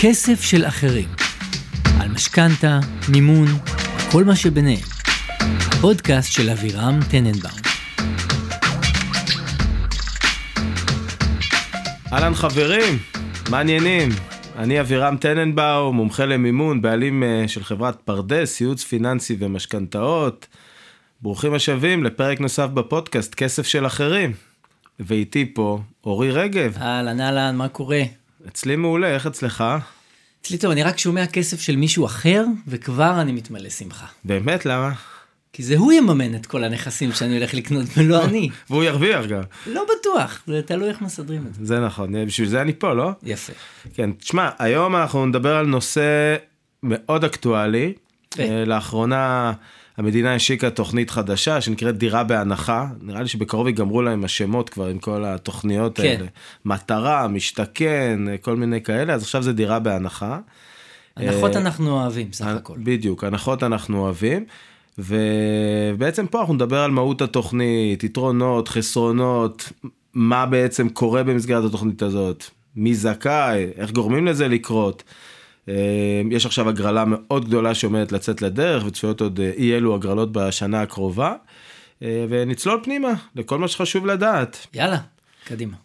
כסף של אחרים. על משכנתה, מימון, כל מה שביניהם. הפודקאסט של אבירם טננבאום. אהלן חברים, מעניינים. אני אבירם טננבאום, מומחה למימון, בעלים של חברת פרדס, ייעוץ פיננסי ומשכנתאות. ברוכים השבים לפרק נוסף בפודקאסט, כסף של אחרים. ואיתי פה אורי רגב. אהלן, מה קורה? אצלי מעולה, איך אצלך? אצלי טוב, אני רק שומע כסף של מישהו אחר, וכבר אני מתמלא שמחה. באמת, למה? כי זה הוא יממן את כל הנכסים שאני הולך לקנות, ולא אני. והוא ירוויח גם. לא בטוח, זה תלוי איך מסדרים את זה. זה נכון, בשביל זה אני פה, לא? יפה. כן, תשמע, היום אנחנו נדבר על נושא מאוד אקטואלי. לאחרונה המדינה השיקה תוכנית חדשה שנקראת דירה בהנחה. נראה לי שבקרוב יגמרו להם השמות כבר עם כל התוכניות האלה. מטרה, משתכן, כל מיני כאלה. אז עכשיו זה דירה בהנחה. הנחות אנחנו אוהבים, סך הכל. בדיוק, הנחות אנחנו אוהבים. ובעצם פה אנחנו נדבר על מהות התוכנית, יתרונות, חסרונות, מה בעצם קורה במסגרת התוכנית הזאת, מי זכאי, איך גורמים לזה לקרות. יש עכשיו הגרלה מאוד גדולה שעומדת לצאת לדרך, וצפויות עוד אי אלו הגרלות בשנה הקרובה, ונצלול פנימה לכל מה שחשוב לדעת. יאללה, קדימה.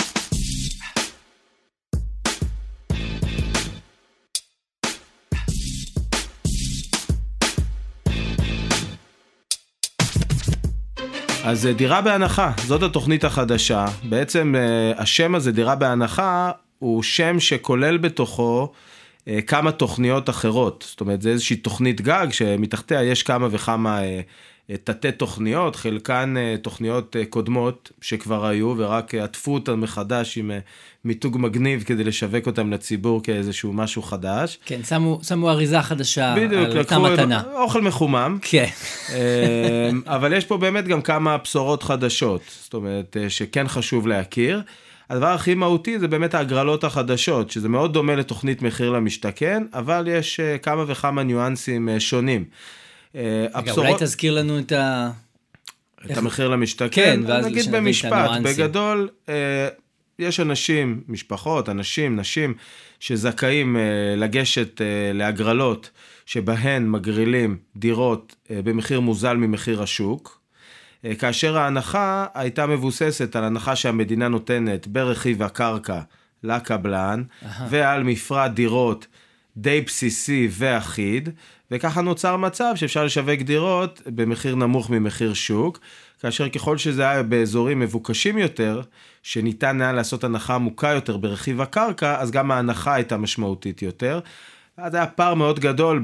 אז דירה בהנחה, זאת התוכנית החדשה. בעצם השם הזה, דירה בהנחה, הוא שם שכולל בתוכו כמה תוכניות אחרות. זאת אומרת, זה איזושהי תוכנית גג, שמתחתיה יש כמה וכמה תתי תוכניות, חלקן תוכניות קודמות שכבר היו, ורק עטפו אותן מחדש עם מיתוג מגניב כדי לשווק אותם לציבור כאיזשהו משהו חדש. כן, שמו אריזה חדשה בדיוק, על אותה מתנה. אוכל מחומם. כן. אבל יש פה באמת גם כמה בשורות חדשות, זאת אומרת, שכן חשוב להכיר. הדבר הכי מהותי זה באמת ההגרלות החדשות, שזה מאוד דומה לתוכנית מחיר למשתכן, אבל יש כמה וכמה ניואנסים שונים. אולי תזכיר לנו את המחיר למשתכן. כן, ואז נגיד במשפט, בגדול, יש אנשים, משפחות, אנשים, נשים, שזכאים לגשת להגרלות, שבהן מגרילים דירות במחיר מוזל ממחיר השוק, כאשר ההנחה הייתה מבוססת על הנחה שהמדינה נותנת ברכיב הקרקע לקבלן, ועל מפרט דירות די בסיסי ואחיד, וככה נוצר מצב שאפשר לשווק דירות במחיר נמוך ממחיר שוק, כאשר ככל שזה היה באזורים מבוקשים יותר, שניתן היה לעשות הנחה עמוקה יותר ברכיב הקרקע, אז גם ההנחה הייתה משמעותית יותר. אז היה פער מאוד גדול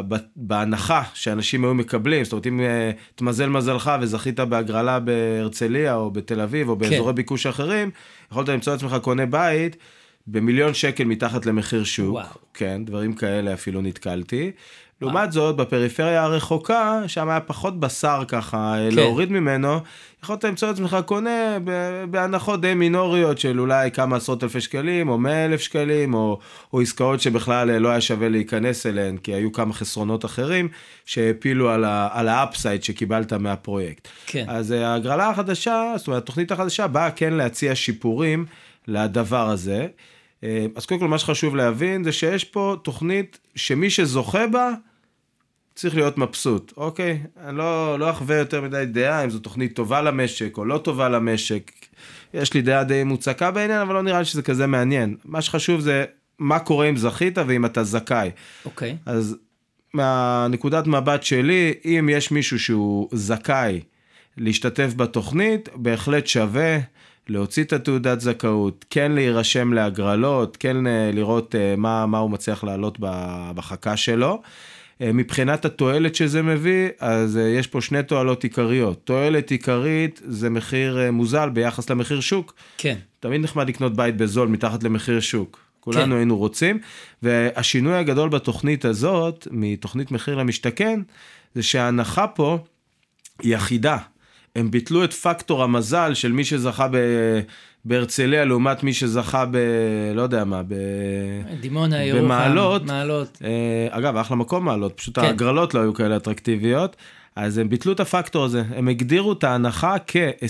בהנחה שאנשים היו מקבלים, זאת אומרת, אם תמזל מזלך וזכית בהגרלה בהרצליה או בתל אביב או באזורי ביקוש אחרים, יכולת למצוא עצמך קונה בית במיליון שקל מתחת למחיר שוק. וואו. כן, דברים כאלה אפילו נתקלתי. לעומת זאת, בפריפריה הרחוקה, שם היה פחות בשר ככה, להוריד ממנו, יכולת למצוא עצמך קונה בהנחות די מינוריות של אולי כמה עשרות אלפי שקלים, או 100,000 שקלים, או עסקאות שבכלל לא היה שווה להיכנס אליהן, כי היו כמה חסרונות אחרים, שהפילו על האפסייד שקיבלת מהפרויקט. כן. אז ההגרלה החדשה, זאת אומרת, התוכנית החדשה באה כן להציע שיפורים לדבר הזה. אז קודם כל מה שחשוב להבין זה שיש פה תוכנית שמי שזוכה בה צריך להיות מבסוט, אוקיי? אני לא אחווה יותר מדי דעה אם זו תוכנית טובה למשק או לא טובה למשק. יש לי דעה די מוצקה בעניין, אבל לא נראה לי שזה כזה מעניין. מה שחשוב זה מה קורה אם זכית ואם אתה זכאי. אוקיי. אז מהנקודת מבט שלי, אם יש מישהו שהוא זכאי להשתתף בתוכנית, בהחלט שווה להוציא את התעודת זכאות, כן להירשם להגרלות, כן לראות מה הוא מצליח לעלות בחכה שלו. מבחינת התועלת שזה מביא, אז יש פה שני תועלות עיקריות. תועלת עיקרית זה מחיר מוזל ביחס למחיר שוק. כן. תמיד נחמד לקנות בית בזול מתחת למחיר שוק. כולנו היינו רוצים. והשינוי הגדול בתוכנית הזאת, מתוכנית מחיר למשתכן, זה שההנחה פה היא אחידה. הם ביטלו את פקטור המזל של מי שזכה בהרצליה, לעומת מי שזכה לא יודע מה, דימונה, במעלות. מעלות. אגב, אחלה מקום מעלות, פשוט ההגרלות לא היו כאלה אטרקטיביות, אז הם ביטלו את הפקטור הזה, הם הגדירו את ההנחה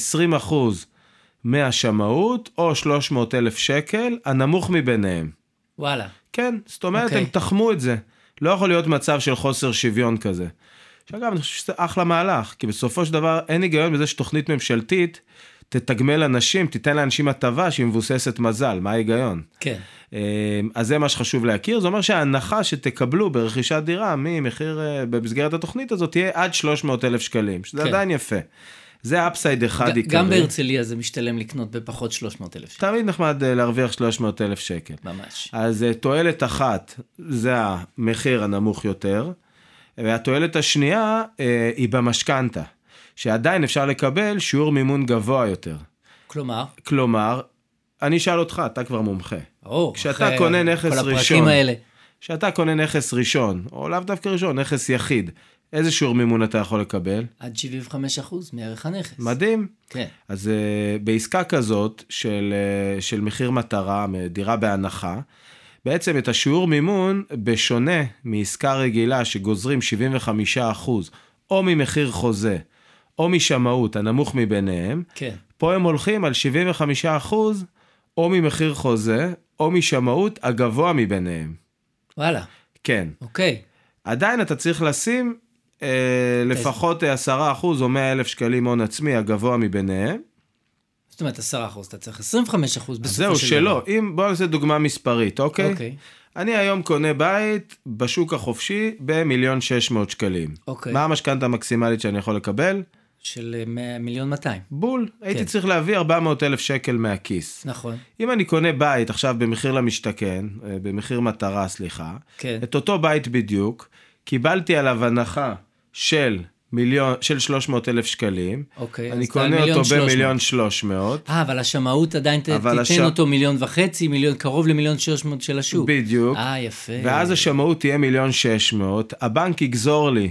כ-20% מהשמאות, או 300,000 שקל, הנמוך מביניהם. וואלה. כן, זאת אומרת, הם תחמו את זה. לא יכול להיות מצב של חוסר שוויון כזה. שאגב, אני חושב שזה אחלה מהלך, כי בסופו של דבר אין היגיון בזה שתוכנית ממשלתית תתגמל אנשים, תיתן לאנשים הטבה שהיא מבוססת מזל, מה ההיגיון? כן. אז זה מה שחשוב להכיר, זה אומר שההנחה שתקבלו ברכישת דירה ממחיר, במסגרת התוכנית הזאת, תהיה עד 300,000 שקלים, שזה עדיין יפה. זה אפסייד אחד עיקרי. גם בהרצליה זה משתלם לקנות בפחות 300,000 שקל. תמיד נחמד להרוויח 300,000 שקל. ממש. אז תועלת אחת, זה המחיר הנמוך יותר, והתועלת השנייה היא במשכנתה, שעדיין אפשר לקבל שיעור מימון גבוה יותר. כלומר? כלומר, אני אשאל אותך, אתה כבר מומחה. כשאתה קונה נכס ראשון, כשאתה קונה נכס ראשון, או לאו דווקא ראשון, נכס יחיד, איזה שיעור מימון אתה יכול לקבל? עד 75% מערך הנכס. מדהים. כן. אז בעסקה כזאת של מחיר מטרה, דירה בהנחה, בעצם את השיעור מימון, בשונה מעסקה רגילה שגוזרים 75%, או ממחיר חוזה, או משמאות, הנמוך מביניהם, כן. פה הם הולכים על 75%, או ממחיר חוזה, או משמאות, הגבוה מביניהם. וואלה. כן. אוקיי. עדיין אתה צריך לשים לפחות 10% או 100,000 שקלים הון עצמי, הגבוה מביניהם. זאת אומרת, 10%, אתה צריך 25% בסופו של דבר. זהו, שלא. בואו נעשה דוגמה מספרית, אוקיי? אוקיי. אני היום קונה בית בשוק החופשי ב1,600,000 שקלים. אוקיי. מה המשכנתה המקסימלית שאני יכול לקבל? של 1,200,000. בול. הייתי צריך להביא 400,000 שקל מהכיס. נכון. אם אני קונה בית עכשיו במחיר למשתכן, במחיר מטרה, סליחה, כן. את אותו בית בדיוק, קיבלתי עליו הנחה של 300,000 שקלים, אוקיי, אני קונה אותו ב1,300,000. אבל השמאות עדיין תיתן אותו 1,500,000, קרוב ל1,600,000 של השוק. בדיוק. יפה. ואז השמאות תהיה 1,600,000, הבנק יגזור לי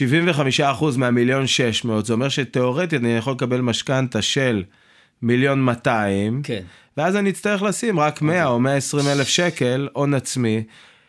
75% מה1,600,000, זה אומר שתיאורטית אני יכול לקבל משכנתה של 1,200,000, כן. ואז אני אצטרך לשים רק 100 או 120,000 שקל הון עצמי,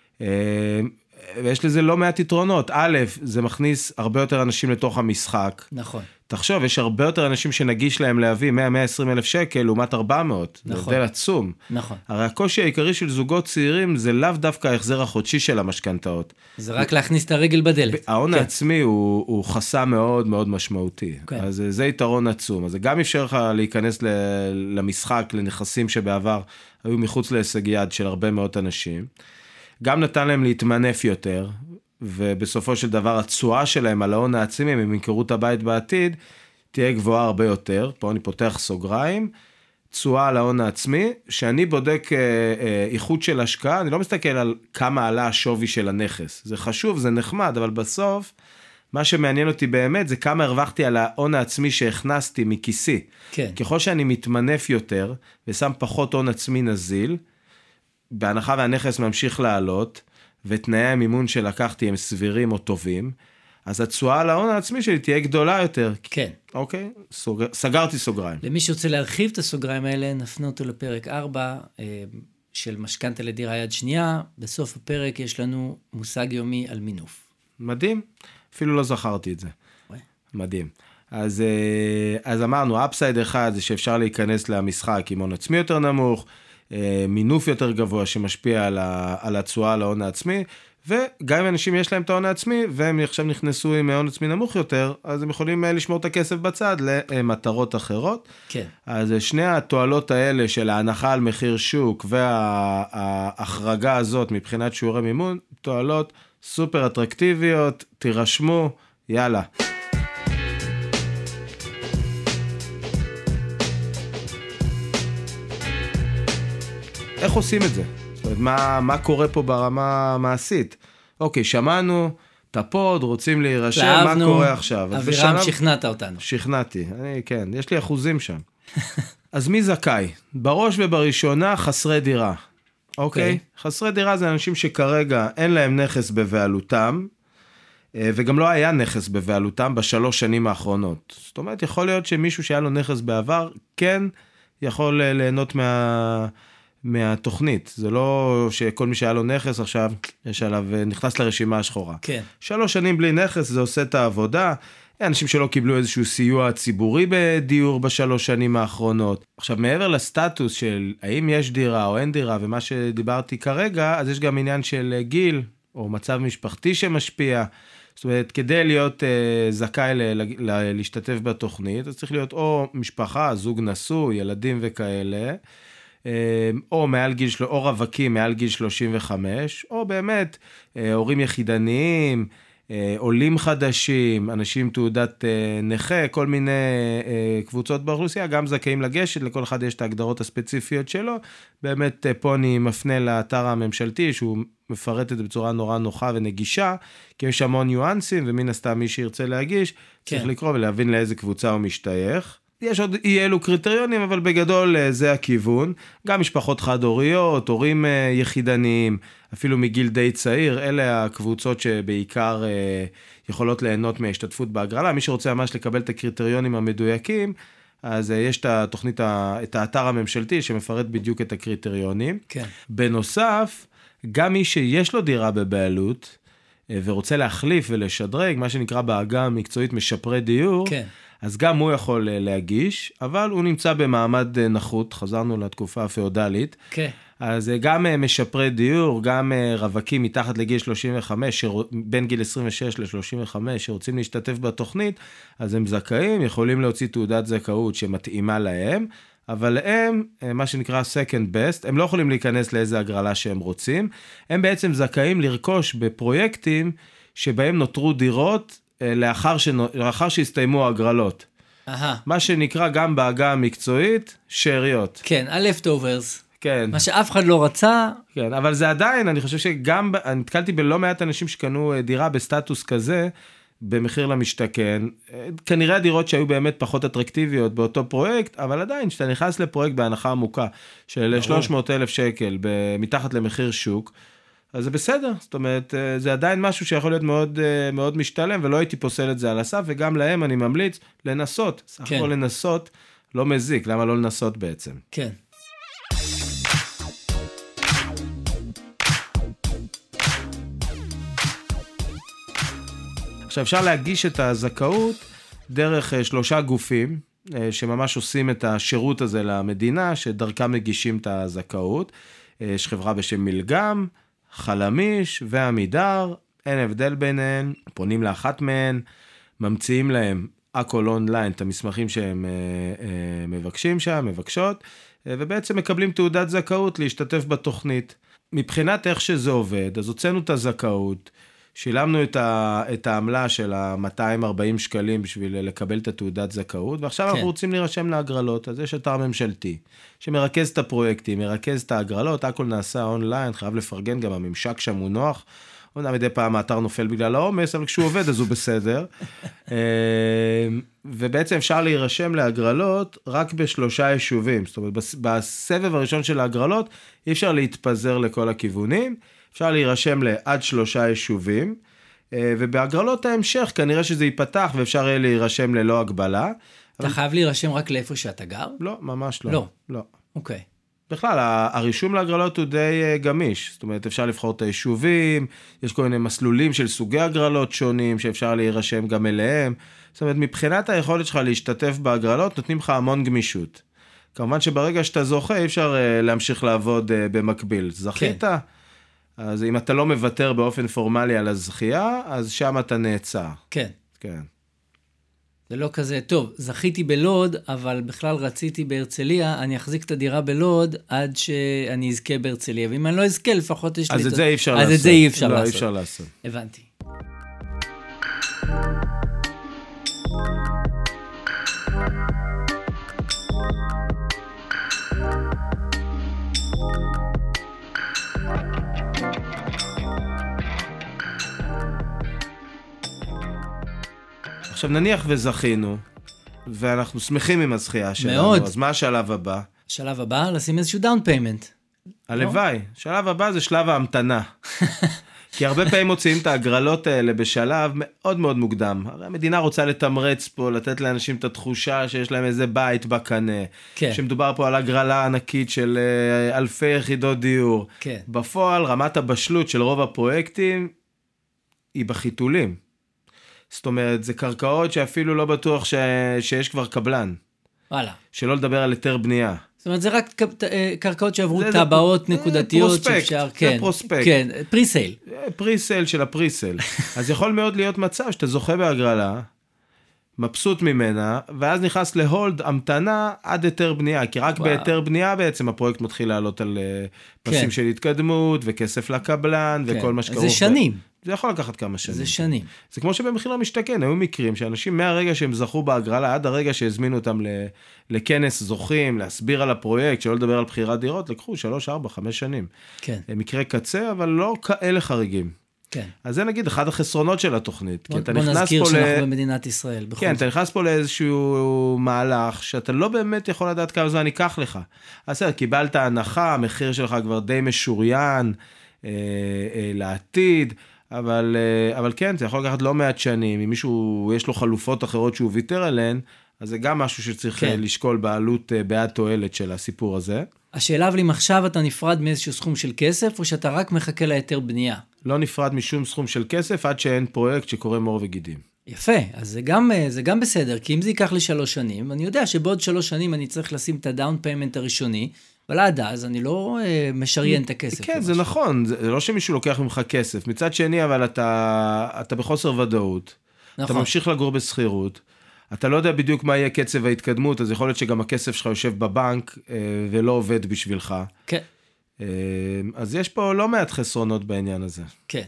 ויש לזה לא מעט יתרונות. א', זה מכניס הרבה יותר אנשים לתוך המשחק. נכון. תחשוב, יש הרבה יותר אנשים שנגיש להם להביא 100-120,000 שקל לעומת 400. נכון. זה הבדל עצום. נכון. הרי הקושי העיקרי של זוגות צעירים זה לאו דווקא ההחזר החודשי של המשכנתאות. זה רק להכניס את הרגל בדלת. ההון העצמי הוא חסם מאוד מאוד משמעותי. אז זה יתרון עצום. אז זה גם אפשר לך להיכנס למשחק, לנכסים שבעבר היו מחוץ להישג יד של הרבה מאוד אנשים. גם נתן להם להתמנף יותר, ובסופו של דבר התשואה שלהם על ההון העצמי, אם הם יקרו את הבית בעתיד, תהיה גבוהה הרבה יותר. פה אני פותח סוגריים, תשואה על ההון העצמי, שאני בודק איכות של השקעה, אני לא מסתכל על כמה עלה השווי של הנכס. זה חשוב, זה נחמד, אבל בסוף, מה שמעניין אותי באמת, זה כמה הרווחתי על ההון העצמי שהכנסתי מכיסי. כן. ככל שאני מתמנף יותר, ושם פחות הון עצמי נזיל, בהנחה והנכס ממשיך לעלות, ותנאי המימון שלקחתי הם סבירים או טובים, אז התשואה על ההון העצמי שלי תהיה גדולה יותר. כן. אוקיי? סגרתי סוגריים. למי שרוצה להרחיב את הסוגריים האלה, נפנה אותו לפרק 4 של משכנתה לדירה יד שנייה. בסוף הפרק יש לנו מושג יומי על מינוף. מדהים. אפילו לא זכרתי את זה. מדהים. אז אמרנו, אפסייד אחד זה שאפשר להיכנס למשחק עם הון עצמי יותר נמוך, מינוף יותר גבוה שמשפיע על התשואה על ההון העצמי, וגם אם אנשים יש להם את ההון העצמי, והם עכשיו נכנסו עם ההון עצמי נמוך יותר, אז הם יכולים לשמור את הכסף בצד למטרות אחרות. כן. אז שני התועלות האלה של ההנחה על מחיר שוק, וההחרגה הזאת מבחינת שיעורי מימון, תועלות סופר אטרקטיביות, תירשמו, יאללה. איך עושים את זה? זאת אומרת, מה קורה פה ברמה המעשית? אוקיי, שמענו, תפוד, רוצים להירשם, מה קורה עכשיו? אבירם, שכנעת אותנו. שכנעתי, כן, יש לי אחוזים שם. אז מי זכאי? בראש ובראשונה חסרי דירה. אוקיי? חסרי דירה זה אנשים שכרגע אין להם נכס בבעלותם, וגם לא היה נכס בבעלותם בשלוש שנים האחרונות. זאת אומרת, יכול להיות שמישהו שהיה לו נכס בעבר, כן יכול ליהנות מהתוכנית. זה לא שכל מי שהיה לו נכס עכשיו, יש עליו, נכנס לרשימה השחורה. כן. 3 שנים בלי נכס, זה עושה את העבודה, אנשים שלא קיבלו איזשהו סיוע ציבורי בדיור בשלוש שנים האחרונות. עכשיו, מעבר לסטטוס של האם יש דירה או אין דירה, ומה שדיברתי כרגע, אז יש גם עניין של גיל, או מצב משפחתי שמשפיע. זאת אומרת, כדי להיות זכאי להשתתף בתוכנית, אז צריך להיות או משפחה, זוג נשוי, ילדים וכאלה, או מעל גיל, או רווקים מעל גיל 35, או באמת הורים יחידניים, עולים חדשים, אנשים תעודת נכה, כל מיני קבוצות באוכלוסייה, גם זכאים לגשת, לכל אחד יש את ההגדרות הספציפיות שלו. באמת פה אני מפנה לאתר הממשלתי, שהוא מפרט את זה בצורה נורא נוחה ונגישה, כי יש המון ניואנסים, ומן הסתם מי שירצה להגיש, צריך לקרוא ולהבין לאיזה קבוצה הוא משתייך. יש עוד אי אלו קריטריונים, אבל בגדול זה הכיוון. גם משפחות חד-הוריות, הורים יחידניים, אפילו מגיל די צעיר, אלה הקבוצות שבעיקר יכולות ליהנות מהשתתפות בהגרלה. מי שרוצה ממש לקבל את הקריטריונים המדויקים, אז יש את התוכנית, את האתר הממשלתי שמפרט בדיוק את הקריטריונים. כן. בנוסף, גם מי שיש לו דירה בבעלות, ורוצה להחליף ולשדרג, מה שנקרא בעגה המקצועית משפרי דיור, כן. אז גם הוא יכול להגיש, אבל הוא נמצא במעמד נחות, חזרנו לתקופה הפאודלית, כן. אז גם משפרי דיור, גם רווקים מתחת לגיל 35, בין גיל 26 ל-35, שרוצים להשתתף בתוכנית, אז הם זכאים, יכולים להוציא תעודת זכאות שמתאימה להם, אבל הם, מה שנקרא second best, הם לא יכולים להיכנס לאיזה הגרלה שהם רוצים, הם בעצם זכאים לרכוש בפרויקטים שבהם נותרו דירות, לאחר שהסתיימו הגרלות. מה שנקרא גם בעגה המקצועית, שאריות. כן, ה-leftovers. כן. מה שאף אחד לא רצה. כן, אבל זה עדיין, אני חושב שגם, אני נתקלתי בלא מעט אנשים שקנו דירה בסטטוס כזה, במחיר למשתכן, כנראה הדירות שהיו באמת פחות אטרקטיביות באותו פרויקט, אבל עדיין, שאתה נכנס לפרויקט בהנחה עמוקה, של 300,000 שקל, מתחת למחיר שוק, אז זה בסדר, זאת אומרת, זה עדיין משהו שיכול להיות מאוד, מאוד משתלם, ולא הייתי פוסל את זה על הסף, וגם להם אני ממליץ לנסות, סך הכל לנסות, לא מזיק, למה לא לנסות בעצם? כן. עכשיו אפשר להגיש את הזכאות דרך 3 גופים, שממש עושים את השירות הזה למדינה, שדרכם מגישים את הזכאות, יש חברה בשם מלגם, חלמיש ועמידר, אין הבדל ביניהן, פונים לאחת מהן, ממציאים להם הכל אונליין, את המסמכים שהם מבקשים שם, מבקשות, ובעצם מקבלים תעודת זכאות להשתתף בתוכנית. מבחינת איך שזה עובד, אז הוצאנו את הזכאות, שילמנו את העמלה של ה-240 שקלים בשביל לקבל את התעודת זכאות, ועכשיו אנחנו רוצים להירשם להגרלות, אז יש אתר ממשלתי, שמרכז את הפרויקטים, מרכז את ההגרלות, הכל נעשה אונליין, חייב לפרגן, גם הממשק שם הוא נוח, אומנם מדי פעם האתר נופל בגלל העומס, אבל כשהוא עובד אז הוא בסדר, ובעצם אפשר להירשם להגרלות רק ב3 יישובים, זאת אומרת, בסבב הראשון של ההגרלות, אי אפשר להתפזר לכל הכיוונים, אפשר להירשם לעד 3 יישובים, ובהגרלות ההמשך כנראה שזה ייפתח, ואפשר יהיה להירשם ללא הגבלה. אתה חייב להירשם רק לאיפה שאתה גר? לא, ממש לא. לא? לא. אוקיי. בכלל, הרישום להגרלות הוא די גמיש, זאת אומרת, אפשר לבחור את היישובים, יש כל מיני מסלולים של סוגי הגרלות שונים, שאפשר להירשם גם אליהם, זאת אומרת, מבחינת היכולת שלך להשתתף בהגרלות, נותנים לך המון גמישות. כמובן שברגע שאתה זוכה, אי אפשר להמשיך לעבוד במקביל. זכית? כן. אז אם אתה לא מוותר באופן פורמלי על הזכייה, אז שם אתה נעצר. כן. כן. זה לא כזה, טוב, זכיתי בלוד, אבל בכלל רציתי בהרצליה, אני אחזיק את הדירה בלוד עד שאני אזכה בהרצליה, ואם אני לא אזכה, לפחות יש לי... אז את זה אי אפשר לעשות. אז את זה אי אפשר לעשות. לא, אי אפשר לעשות. הבנתי. עכשיו נניח וזכינו, ואנחנו שמחים עם הזכייה שלנו, מאוד. אז מה השלב הבא? השלב הבא, לשים איזשהו דאון פיימנט. הלוואי, שלב הבא זה שלב ההמתנה. כי הרבה פעמים מוציאים את ההגרלות האלה בשלב מאוד מאוד מוקדם. הרי המדינה רוצה לתמרץ פה, לתת לאנשים את התחושה שיש להם איזה בית בקנה. כן. שמדובר פה על הגרלה ענקית של אלפי יחידות דיור. כן. בפועל, רמת הבשלות של רוב הפרויקטים היא בחיתולים. זאת אומרת, זה קרקעות שאפילו לא בטוח שיש כבר קבלן. וואלה. שלא לדבר על היתר בנייה. זאת אומרת, זה רק קרקעות שעברו טבעות נקודתיות שאפשר, זה פרוספקט. כן, פריסייל. פריסייל של הפריסייל. אז יכול מאוד להיות מצב שאתה זוכה בהגרלה, מבסוט ממנה, ואז נכנס להולד המתנה עד היתר בנייה, כי רק בהיתר בנייה בעצם הפרויקט מתחיל לעלות על פסים של התקדמות, וכסף לקבלן, וכל מה שקרוב. זה שנים. זה יכול לקחת כמה שנים. זה שנים. זה כמו שבמחיר למשתכן, היו מקרים שאנשים מהרגע שהם זכו בהגרלה, עד הרגע שהזמינו אותם לכנס זוכים, להסביר על הפרויקט, שלא לדבר על בחירת דירות, לקחו 3, 4, 5 שנים. כן. מקרה קצה, אבל לא כאלה חריגים. כן. אז זה נגיד אחד החסרונות של התוכנית. בוא נזכיר שאנחנו במדינת ישראל. כן, אתה נכנס פה לאיזשהו מהלך, שאתה לא באמת יכול לדעת כמה זמן ייקח לך. אז קיבלת הנחה, המחיר שלך כבר די משוריין לעתיד, אבל כן, זה יכול לקחת לא מעט שנים, אם מישהו, יש לו חלופות אחרות שהוא ויתר עליהן, אז זה גם משהו שצריך לשקול בעלות בעד תועלת של הסיפור הזה. השאלה אבל אם עכשיו אתה נפרד מאיזשהו סכום של כסף, או שאתה רק מחכה ליתר בנייה? לא נפרד משום סכום של כסף, עד שאין פרויקט שקורא מור וגידים. יפה, אז זה גם בסדר, כי אם זה ייקח לי 3 שנים, אני יודע שבעוד 3 שנים אני צריך לשים את הדאון פיימנט הראשוני, אבל עד אז אני לא משריין את הכסף. כן, זה נכון, זה לא שמישהו לוקח ממך כסף. מצד שני, אבל אתה בחוסר ודאות. נכון. אתה ממשיך לגור בסחירות. אתה לא יודע בדיוק מה יהיה קצב ההתקדמות, אז יכול להיות שגם הכסף שלך יושב בבנק ולא עובד בשבילך. כן. אז יש פה לא מעט חסרונות בעניין הזה. כן.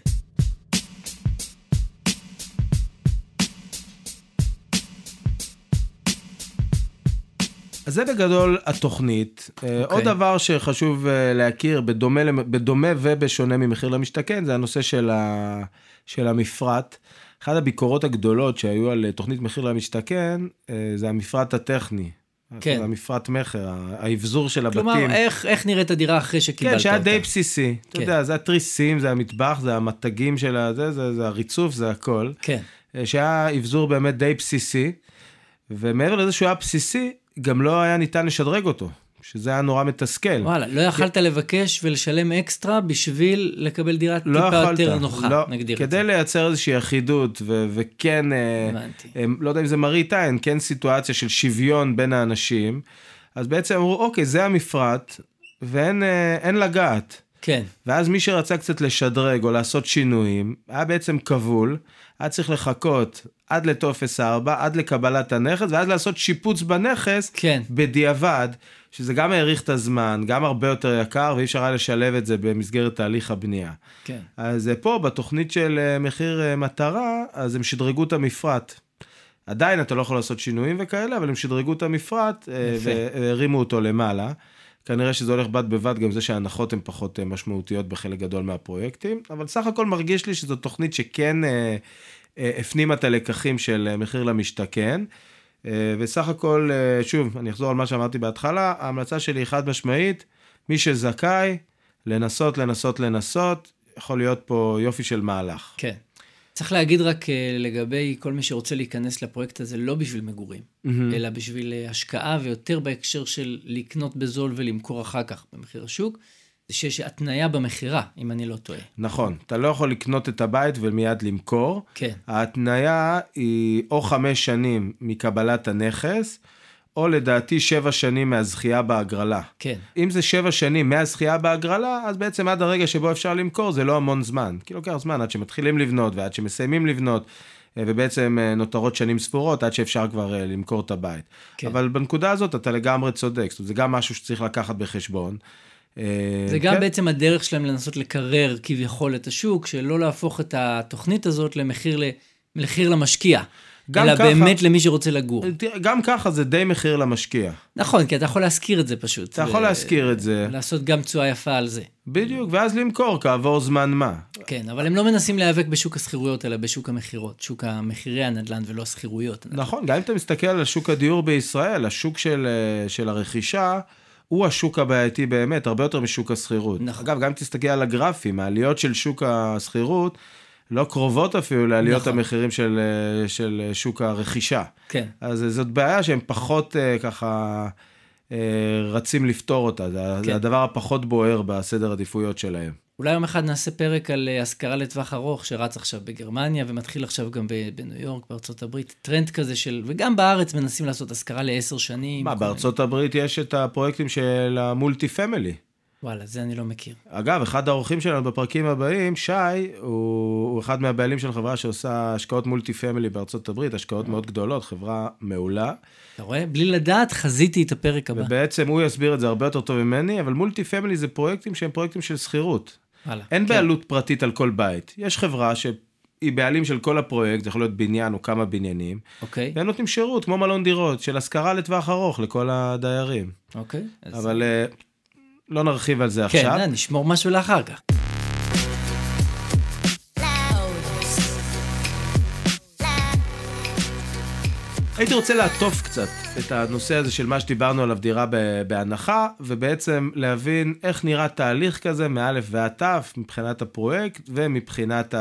אז זה בגדול התוכנית. עוד דבר שחשוב להכיר, בדומה ובשונה ממחיר למשתכן, זה הנושא של המפרט. אחת הביקורות הגדולות שהיו על תוכנית מחיר למשתכן, זה המפרט הטכני. כן. המפרט מחר, האבזור של הבתים. כלומר, איך נראית הדירה אחרי שקיבלת אותה? כן, שהיה די בסיסי. אתה יודע, זה התריסים, זה המטבח, זה המתגים של זה הריצוף, זה הכל. כן. שהיה אבזור באמת די בסיסי, ומעבר לזה שהוא היה בסיסי, גם לא היה ניתן לשדרג אותו, שזה היה נורא מתסכל. וואלה, לא יכלת לבקש ולשלם אקסטרה בשביל לקבל דירה טיפה יותר נוחה, נגדיר את זה. כדי לייצר איזושהי אחידות, וכן, לא יודע אם זה מראית עין, כן סיטואציה של שוויון בין האנשים, אז בעצם אמרו, אוקיי, זה המפרט, ואין לגעת. כן. ואז מי שרצה קצת לשדרג או לעשות שינויים, היה בעצם כבול, היה צריך לחכות עד לטופס 4, עד לקבלת הנכס, ואז לעשות שיפוץ בנכס, כן. בדיעבד, שזה גם העריך את הזמן, גם הרבה יותר יקר, ואי אפשר היה לשלב את זה במסגרת תהליך הבנייה. כן. אז פה, בתוכנית של מחיר מטרה, אז הם שדרגו את המפרט. עדיין אתה לא יכול לעשות שינויים וכאלה, אבל הם שדרגו את המפרט, והרימו אותו למעלה. כנראה שזה הולך בד בבד, גם זה שההנחות הן פחות משמעותיות בחלק גדול מהפרויקטים, אבל סך הכל מרגיש לי שזו תוכנית שכן הפנימה את הלקחים של מחיר למשתכן, וסך הכל, שוב, אני אחזור על מה שאמרתי בהתחלה, ההמלצה שלי היא חד משמעית, מי שזכאי, לנסות, יכול להיות פה יופי של מהלך. כן. צריך להגיד רק לגבי כל מי שרוצה להיכנס לפרויקט הזה, לא בשביל מגורים, אלא בשביל השקעה, ויותר בהקשר של לקנות בזול ולמכור אחר כך במחיר השוק, זה שיש התניה במחירה, אם אני לא טועה. נכון, אתה לא יכול לקנות את הבית ומיד למכור. כן. ההתניה היא או 5 שנים מקבלת הנכס, או לדעתי 7 שנים מהזכייה בהגרלה. כן. אם זה 7 שנים מהזכייה בהגרלה, אז בעצם עד הרגע שבו אפשר למכור, זה לא המון זמן. כי לוקח זמן עד שמתחילים לבנות, ועד שמסיימים לבנות, ובעצם נותרות שנים ספורות, עד שאפשר כבר למכור את הבית. כן. אבל בנקודה הזאת אתה לגמרי צודק, זאת אומרת, זה גם משהו שצריך לקחת בחשבון. זה גם בעצם הדרך שלהם לנסות לקרר כביכול את השוק, שלא להפוך את התוכנית הזאת למחיר למשקיע. אלא ככה, באמת למי שרוצה לגור. גם ככה זה די מחיר למשקיע. נכון, כי אתה יכול להזכיר את זה פשוט. אתה יכול להזכיר את זה. לעשות גם תשואה יפה על זה. בדיוק, ואז למכור כעבור זמן מה. כן, אבל הם לא מנסים להיאבק בשוק הסחירויות, אלא בשוק המחירות, שוק המחירי הנדל"ן ולא הסחירויות. נכון, גם אם אתה מסתכל על שוק הדיור בישראל, השוק של הרכישה, הוא השוק הבעייתי באמת, הרבה יותר משוק הסחירות. נכון. אגב, גם אם תסתכל על הגרפים, העליות של שוק הסחירות, לא קרובות אפילו לעליות נכון. המחירים של שוק הרכישה. כן. אז זאת בעיה שהם פחות ככה רצים לפתור אותה, זה הדבר הפחות בוער בסדר עדיפויות שלהם. אולי יום אחד נעשה פרק על השכרה לטווח ארוך, שרץ עכשיו בגרמניה, ומתחיל עכשיו גם בניו יורק, בארצות הברית, טרנד כזה וגם בארץ מנסים לעשות השכרה ל10 שנים. מה, בארצות הברית יש את הפרויקטים של המולטי פמילי. וואלה, זה אני לא מכיר. אגב, אחד האורחים שלנו בפרקים הבאים, שי, הוא אחד מהבעלים של חברה שעושה השקעות מולטי פמילי בארצות הברית, השקעות מאוד גדולות, חברה מעולה. אתה רואה? בלי לדעת, חזיתי את הפרק הבא. ובעצם הוא יסביר את זה הרבה יותר טוב ממני, אבל מולטי פמילי זה פרויקטים שהם פרויקטים של שכירות. אין בעלות פרטית על כל בית. יש חברה שהיא בעלים של כל הפרויקט, זה יכול להיות בניין או כמה בניינים, והם נותנים שירות, כמו מלון דירות, של השכרה לטווח ארוך לכל הדיירים. אבל לא נרחיב על זה עכשיו. כן, נשמור משהו לאחר כך. הייתי רוצה לעטוף קצת את הנושא הזה של מה שדיברנו עליו, דירה בהנחה, ובעצם להבין איך נראה תהליך כזה מאלף ועד תף, מבחינת הפרויקט ומבחינת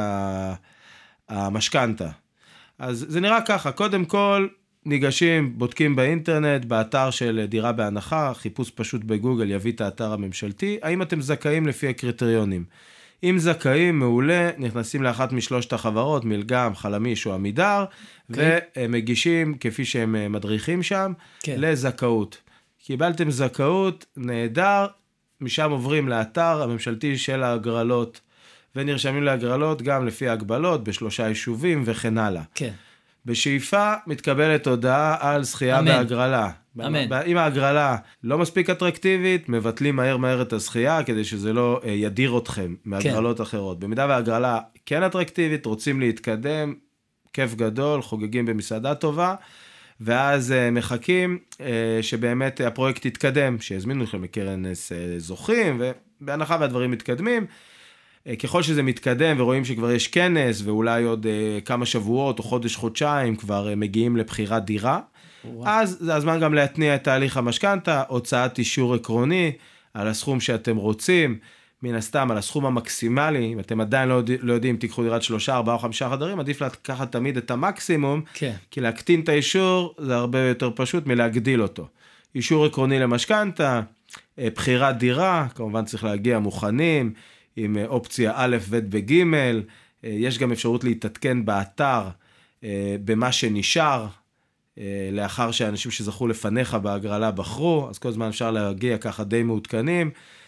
המשכנתה. אז זה נראה ככה, קודם כל ניגשים, בודקים באינטרנט, באתר של דירה בהנחה, חיפוש פשוט בגוגל יביא את האתר הממשלתי, האם אתם זכאים לפי הקריטריונים. אם זכאים, מעולה, נכנסים לאחת משלושת החברות, מלגם, חלמיש או עמידר, ומגישים, כפי שהם מדריכים שם, לזכאות. קיבלתם זכאות, נהדר, משם עוברים לאתר הממשלתי של ההגרלות, ונרשמים להגרלות גם לפי ההגבלות, ב3 יישובים וכן הלאה. כן. בשאיפה מתקבלת הודעה על זכייה בהגרלה. אמן. אם ההגרלה לא מספיק אטרקטיבית, מבטלים מהר את הזכייה, כדי שזה לא ידיר אתכם מהגרלות אחרות. במידה וההגרלה כן אטרקטיבית, רוצים להתקדם, כיף גדול, חוגגים במסעדה טובה, ואז מחכים שבאמת הפרויקט יתקדם, שהזמינו לכם מקרן זוכים, ובהנחה והדברים מתקדמים, ככל שזה מתקדם ורואים שכבר יש כנס, ואולי עוד כמה שבועות או חודש-חודשיים כבר מגיעים לבחירת דירה, אז זה הזמן גם להתניע את תהליך המשכנתה, הוצאת אישור עקרוני על הסכום שאתם רוצים, מן הסתם על הסכום המקסימלי, אם אתם עדיין לא יודעים, תיקחו דירת 3, 4 או 5 חדרים, עדיף לקחת תמיד את המקסימום, כי להקטין את האישור זה הרבה יותר פשוט מלהגדיל אותו. אישור עקרוני למשכנתה, בחירת דירה, כמובן צריך להגיע מוכנים, עם אופציה א' ב' בג', יש גם אפשרות להתעדכן באתר במה שנשאר, לאחר שאנשים שזכו לפניך בהגרלה בחרו, אז כל זמן אפשר להגיע ככה די מעודכנים,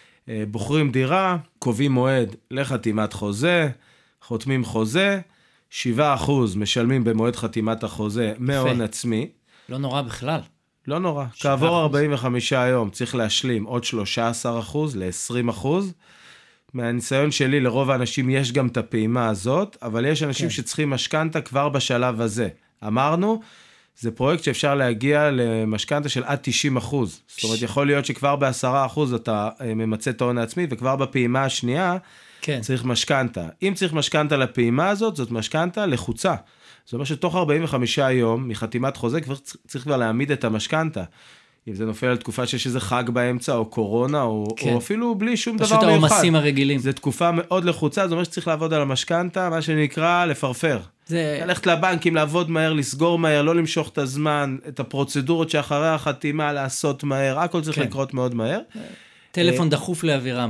בוחרים דירה, קובעים מועד לחתימת חוזה, חותמים חוזה, 7% משלמים במועד חתימת החוזה מהון עצמי. לא נורא בכלל. לא נורא. כעבור 45 יום צריך להשלים עוד 13% ל-20%. מהניסיון שלי, לרוב האנשים יש גם את הפעימה הזאת, אבל יש אנשים שצריכים משכנתה כבר בשלב הזה. אמרנו, זה פרויקט שאפשר להגיע למשכנתה של עד 90%. זאת אומרת, יכול להיות שכבר ב10% אתה ממצא את ההון העצמי, וכבר בפעימה השנייה צריך משכנתה. אם צריך משכנתה לפעימה הזאת, זאת משכנתה לחוצה. זאת אומרת שתוך 45 יום מחתימת חוזה, צריך כבר להעמיד את המשכנתה. אם זה נופל על תקופה שיש איזה חג באמצע, או קורונה, או אפילו בלי שום דבר מיוחד. פשוט העומסים הרגילים. זו תקופה מאוד לחוצה, זאת אומרת שצריך לעבוד על המשכנתה, מה שנקרא לפרפר. ללכת לבנקים, לעבוד מהר, לסגור מהר, לא למשוך את הזמן, את הפרוצדורות שאחרי החתימה, לעשות מהר, הכל צריך לקרות מאוד מהר. טלפון דחוף לאווירם.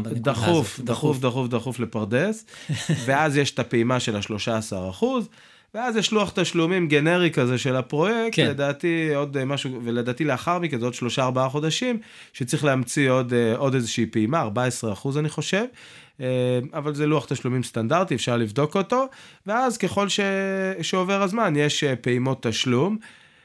דחוף לפרדס, ואז יש את הפעימה של 13%, ואז יש לוח תשלומים גנרי כזה של הפרויקט, לדעתי עוד משהו, ולדעתי לאחר מכן, זה עוד 3-4 חודשים, שצריך להמציא עוד איזושהי פעימה, 14% אני חושב, אבל זה לוח תשלומים סטנדרטי, אפשר לבדוק אותו, ואז ככל שעובר הזמן, יש פעימות תשלום,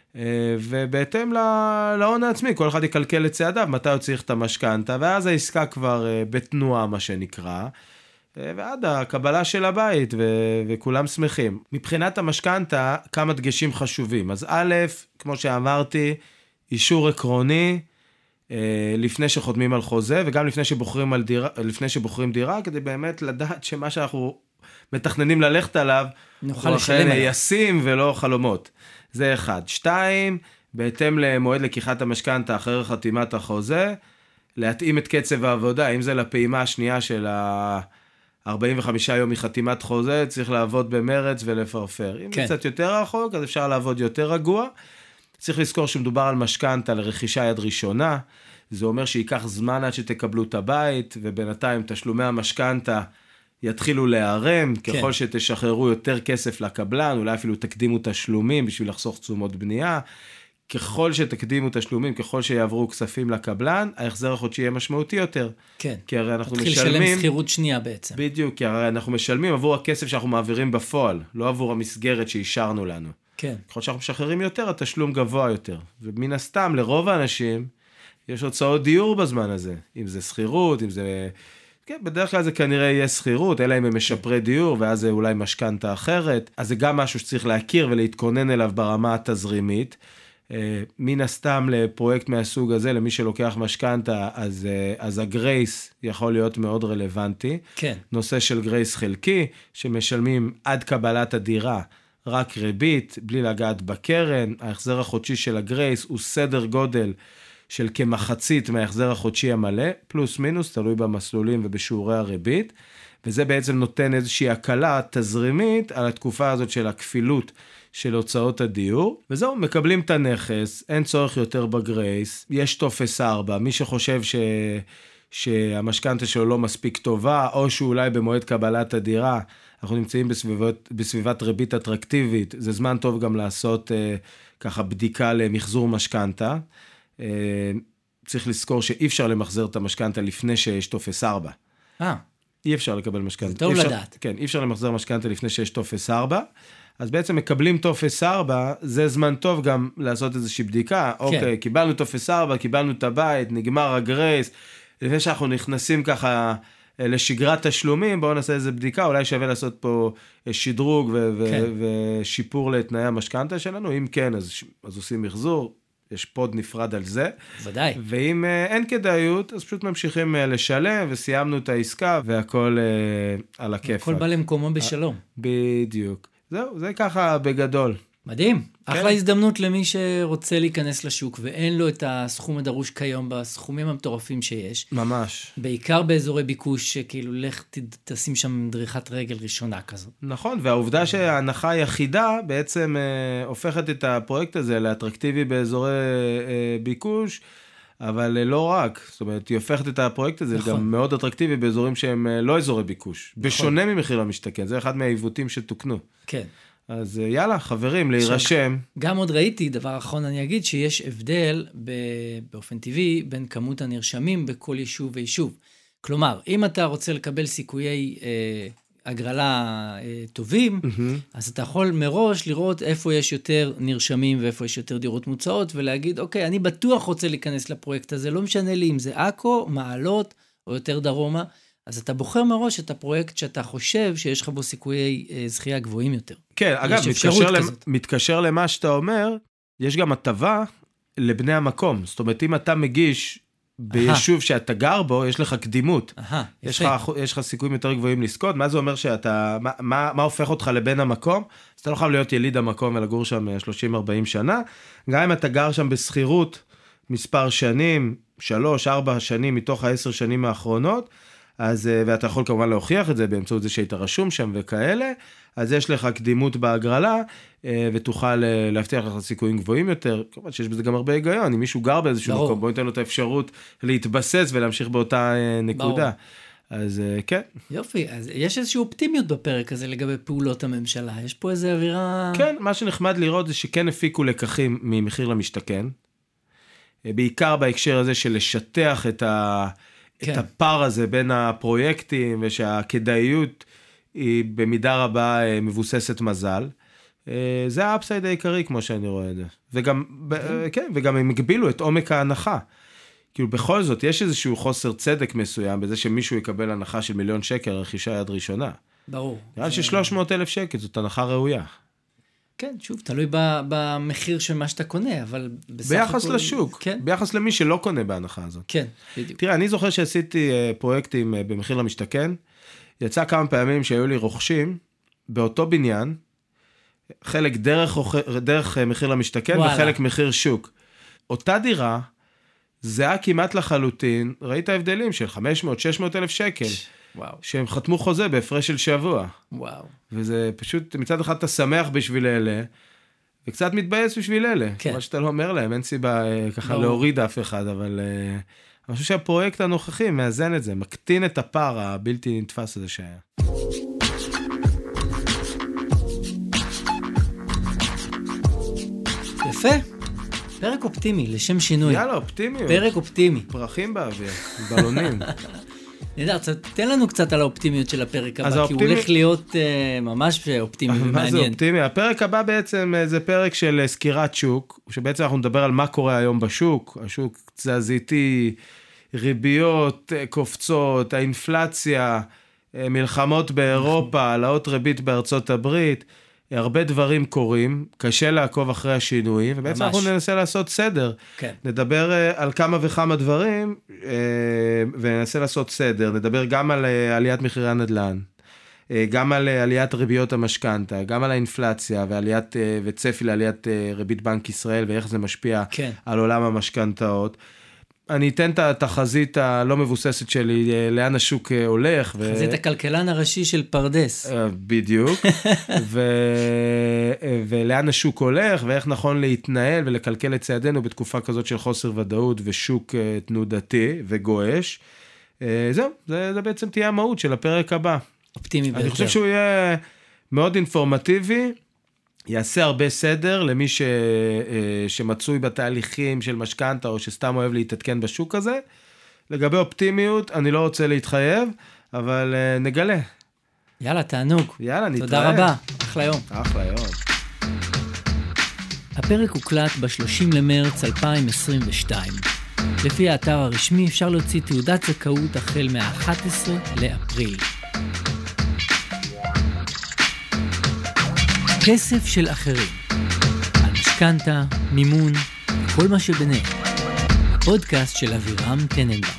ובהתאם להון העצמי, כל אחד יקלקל את צעדיו, מתי הוא צריך את המשכנתה, ואז העסקה כבר בתנועה, מה שנקרא, ועד הקבלה של הבית, וכולם שמחים. מבחינת המשכנתה, כמה דגשים חשובים. אז א', כמו שאמרתי, אישור עקרוני, לפני שחותמים על חוזה, וגם לפני שבוחרים דירה, כדי באמת לדעת שמה שאנחנו מתכננים ללכת עליו, הוא אכן ישים ולא חלומות. זה 1. 2, בהתאם למועד לקיחת המשכנתה אחרי חתימת החוזה, להתאים את קצב העבודה, אם זה לפעימה השנייה של 45 יום מחתימת חוזה, צריך לעבוד במרץ ולפרפר. אם זה קצת יותר רחוק, אז אפשר לעבוד יותר רגוע. צריך לזכור שמדובר על משכנתה לרכישה יד ראשונה, זה אומר שייקח זמן עד שתקבלו את הבית, ובינתיים תשלומי המשכנתה יתחילו להיערם, ככל שתשחררו יותר כסף לקבלן, אולי אפילו תקדימו תשלומים בשביל לחסוך תשומות בנייה, ככל שתקדימו תשלומים, ככל שיעברו כספים לקבלן, ההחזר החודשי יהיה משמעותי יותר. כן. כי הרי אנחנו משלמים... תתחיל לשלם שכירות שנייה בעצם. בדיוק, כי הרי אנחנו משלמים עבור הכסף שאנחנו מעבירים בפועל, לא עבור המסגרת שאישרנו לנו. כן. ככל שאנחנו משחררים יותר, התשלום גבוה יותר. ומן הסתם, לרוב האנשים, יש הוצאות דיור בזמן הזה. אם זה שכירות, אם זה... כן, בדרך כלל זה כנראה יהיה שכירות, אלא אם הם משפרי דיור, ואז זה אולי משכנתה אחרת. אז זה גם משהו שצריך להכיר ולהתכונן אליו ברמה התזרימית. מן הסתם לפרויקט מהסוג הזה, למי שלוקח משכנתה, אז הגרייס יכול להיות מאוד רלוונטי. כן. נושא של גרייס חלקי, שמשלמים עד קבלת הדירה, רק ריבית, בלי לגעת בקרן. ההחזר החודשי של הגרייס הוא סדר גודל של כמחצית מההחזר החודשי המלא, פלוס מינוס, תלוי במסלולים ובשיעורי הריבית, וזה בעצם נותן איזושהי הקלה תזרימית על התקופה הזאת של הכפילות של הוצאות הדיור, וזהו, מקבלים את הנכס, אין צורך יותר בגרייס, יש טופס 4, מי שחושב שהמשכנתה שלו לא מספיק טובה, או שאולי במועד קבלת הדירה, אנחנו נמצאים בסביבת ריבית אטרקטיבית, זה זמן טוב גם לעשות ככה בדיקה למחזור משכנתה, צריך לזכור שאי אפשר למחזר את המשכנתה לפני שיש טופס 4. אי אפשר לקבל משכנתה. זה טוב לדעת. כן, אי אפשר למחזר משכנתה לפני שיש טופס 4, אז בעצם מקבלים טופס 4, זה זמן טוב גם לעשות איזושהי בדיקה, אוקיי, קיבלנו טופס 4, קיבלנו את הבית, נגמר הגרייס, לפני שאנחנו נכנסים ככה לשגרת תשלומים, בואו נעשה איזו בדיקה, אולי שווה לעשות פה שדרוג ושיפור לתנאי המשכנתה שלנו, אם כן, אז עושים מחזור, יש פוד נפרד על זה. ודאי. ואם אין כדאיות, אז פשוט ממשיכים לשלם, וסיימנו את העסקה, והכל על הכיף. הכל בא למקומו בשלום. בדיוק. זהו, זה ככה בגדול. מדהים. אחלה הזדמנות למי שרוצה להיכנס לשוק, ואין לו את הסכום הדרוש כיום, בסכומים המטורפים שיש. ממש. בעיקר באזורי ביקוש, שכאילו לך תשים שם דריכת רגל ראשונה כזאת. נכון, והעובדה שההנחה היחידה בעצם הופכת את הפרויקט הזה לאטרקטיבי באזורי ביקוש, אבל לא רק. זאת אומרת, היא הופכת את הפרויקט הזה גם מאוד אטרקטיבי באזורים שהם לא אזורי ביקוש. בשונה ממחיר למשתכן, זה אחד מהעיוותים שתוקנו. כן. אז יאללה, חברים, להירשם. גם עוד ראיתי, דבר אחרון אני אגיד, שיש הבדל באופן טבעי בין כמות הנרשמים בכל יישוב ויישוב. כלומר, אם אתה רוצה לקבל סיכויי הגרלה טובים, אז אתה יכול מראש לראות איפה יש יותר נרשמים ואיפה יש יותר דירות מוצעות, ולהגיד, אוקיי, אני בטוח רוצה להיכנס לפרויקט הזה, לא משנה לי אם זה עכו, מעלות או יותר דרומה, אז אתה בוחר מראש את הפרויקט שאתה חושב שיש לך בו סיכויי זכייה גבוהים יותר. כן, אגב, מתקשר למה שאתה אומר, יש גם הטבה לבני המקום. זאת אומרת, אם אתה מגיש ביישוב שאתה גר בו, יש לך קדימות. יש לך סיכויים יותר גבוהים לזכות. מה זה אומר שאתה, מה הופך אותך לבן המקום? אז אתה לא חייב להיות יליד המקום ולגור שם 30-40 שנה. גם אם אתה גר שם בסחירות מספר שנים, 3-4 שנים מתוך 10 שנים האחרונות, אז, ואתה יכול כמובן להוכיח את זה באמצעות זה שהיית רשום שם וכאלה, אז יש לך קדימות בהגרלה, ותוכל להבטיח לך סיכויים גבוהים יותר, כמובן שיש בזה גם הרבה היגיון, אם מישהו גר באיזשהו מקום, בוא ניתן לו את האפשרות להתבסס ולהמשיך באותה נקודה. אז כן. יופי, אז יש איזושהי אופטימיות בפרק הזה לגבי פעולות הממשלה, יש פה איזו אווירה... כן, מה שנחמד לראות זה שכן הפיקו לקחים ממחיר למשתכן, בעיקר בהקשר הזה של לשטח את הפער הזה בין הפרויקטים, ושהכדאיות היא במידה רבה מבוססת מזל. זה האפסייד העיקרי, כמו שאני רואה את זה. וגם הם הגבילו את עומק ההנחה. כאילו בכל זאת, יש איזשהו חוסר צדק מסוים, בזה שמישהו יקבל הנחה של 1,000,000 שקל, רכישה יד ראשונה. ברור. נראה ש300,000 שקל, זאת הנחה ראויה. כן, שוב, תלוי במחיר של מה שאתה קונה, אבל ביחס לשוק, כן? ביחס למי שלא קונה בהנחה הזאת. כן, בדיוק. תראה, אני זוכר שעשיתי פרויקטים במחיר למשתכן, יצא כמה פעמים שהיו לי רוכשים באותו בניין, חלק דרך מחיר למשתכן וחלק מחיר שוק. אותה דירה, זה היה כמעט לחלוטין, ראית הבדלים של 500-600 אלף שקל, וואו. שהם חתמו חוזה בהפרש של שבוע. וואו. וזה פשוט, מצד אחד אתה שמח בשביל אלה, וקצת מתבאס בשביל אלה. כן. מה שאתה לא אומר להם, אין סיבה ככה להוריד אף אחד, אבל אני חושב שהפרויקט הנוכחי מאזן את זה, מקטין את הפער הבלתי נתפס הזה שהיה. יפה. פרק אופטימי, לשם שינוי. יאללה, אופטימיות. פרק אופטימי. פרחים באוויר, בלונים. נדע, תן לנו קצת על האופטימיות של הפרק הבא, כי הוא הולך להיות ממש אופטימי ומעניין. מה זה אופטימי? הפרק הבא בעצם זה פרק של סקירת שוק, שבעצם אנחנו נדבר על מה קורה היום בשוק, השוק תזזיתי, ריביות קופצות, האינפלציה, מלחמות באירופה, העלאות ריבית בארצות הברית, הרבה דברים קורים, קשה לעקוב אחרי השינויים, ובעצם אנחנו ננסה לעשות סדר. כן. נדבר על כמה וכמה דברים, וננסה לעשות סדר. נדבר גם על עליית מחירי הנדל"ן, גם על עליית ריביות המשכנתא, גם על האינפלציה, וצפי לעליית ריבית בנק ישראל, ואיך זה משפיע על עולם המשכנתאות. אני אתן את התחזית הלא מבוססת שלי, לאן השוק הולך. תחזית הכלכלן הראשי של פרדס. בדיוק. ולאן השוק הולך, ואיך נכון להתנהל ולקלקל את צעדינו בתקופה כזאת של חוסר ודאות ושוק תנודתי וגואש. זהו, זה בעצם תהיה המהות של הפרק הבא. אופטימי ביותר. אני חושב שהוא יהיה מאוד אינפורמטיבי, יעשה הרבה סדר למי שמצוי בתהליכים של משכנתא, או שסתם אוהב להתעדכן בשוק הזה. לגבי אופטימיות, אני לא רוצה להתחייב, אבל נגלה. יאללה, תענוג. יאללה, נתראה. תודה רבה. אחלה יום. אחלה יום. הפרק הוקלט ב-30 למרץ 2022. לפי האתר הרשמי אפשר להוציא תעודת זכאות החל מה-11 לאפריל. כסף של אחרים, על משכנתא, מימון, כל מה שביניהם. פודקאסט של אבירם טננבאום.